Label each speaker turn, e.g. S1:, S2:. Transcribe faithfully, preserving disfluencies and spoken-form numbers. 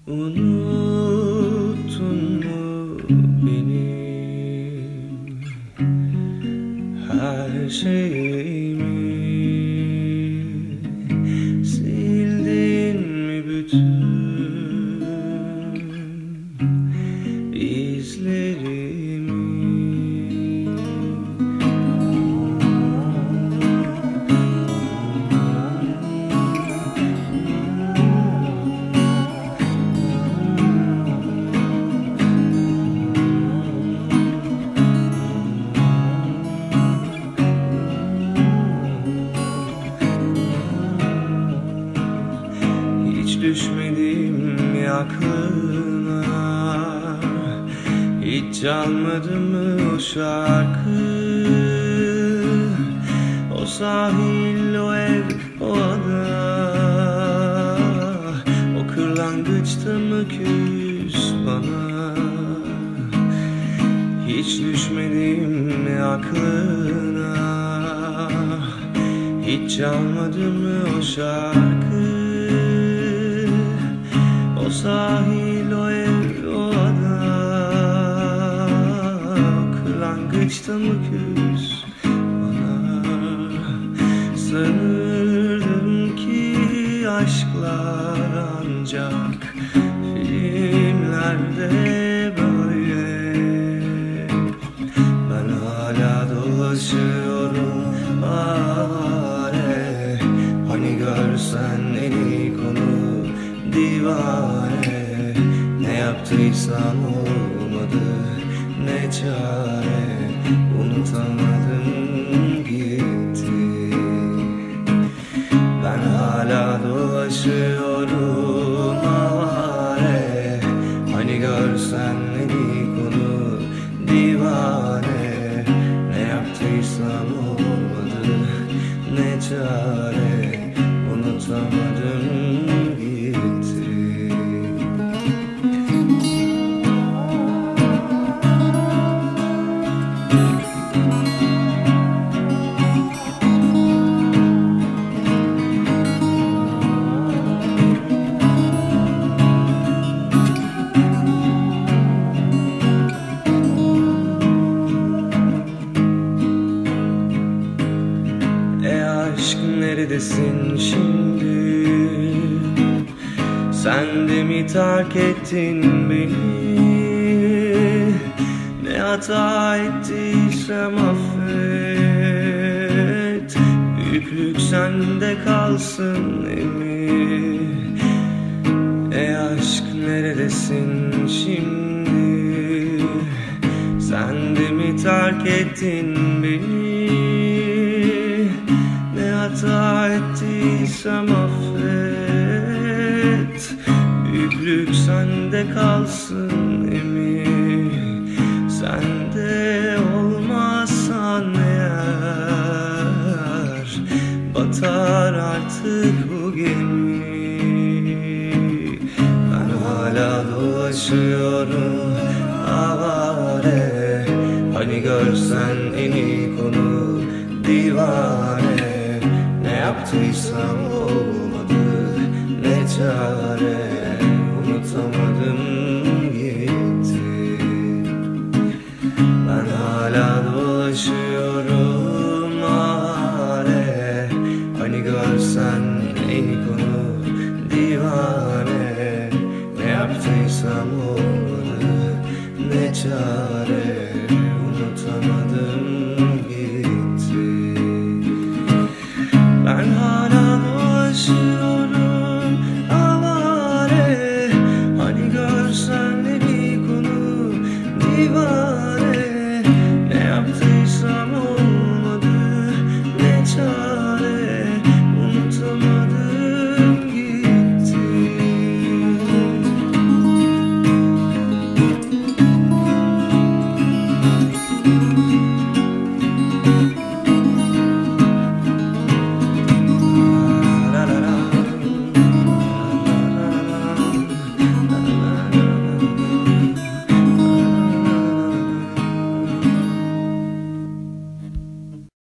S1: Unuttun mu beni, her şeyimi sildin mi bütün izlerimi? Hiç düşmedim mi aklına, hiç çalmadı mı o şarkı? O sahil, o ev, o ada, o kırlangıçta mı küs bana? Hiç düşmedim mi aklına, hiç çalmadı mı o şarkı? O sahil, o ev, o ada, o kırlangıçta mı küs bana? Sanırdım ki aşklar ancak filmlerde böyle. Ben hala dolaşıyorum avare, hani görsen en iyi konu divane. Ne yaptıysam olmadı, ne çare, unutamadım gitti. Ben hala dolaşıyorum avare, hani görsen en iyi konu divane. Ne yaptıysam olmadı, ne çare, unutamadım gitti. Aşk neredesin şimdi? Sen de mi terk ettin beni? Ne hata ettiysem affet, büyüklük sende kalsın emin. Ey aşk neredesin şimdi? Sen de mi terk ettin beni? Ne hata ettiysem affet, büyüklük sende kalsın emin. Sende olmazsan eğer, batar artık bu gemi. Ben hala dolaşıyorum avare, hani görsen en iyi konu divane. Ne yaptıysam olmadı, ne çare, unutamadım gitti. Ben hala dolaşıyorum avare, hani görsen en iyi konu divane. Ne yaptıysam olmadı, ne çare, unutamadım gitti. Ben hala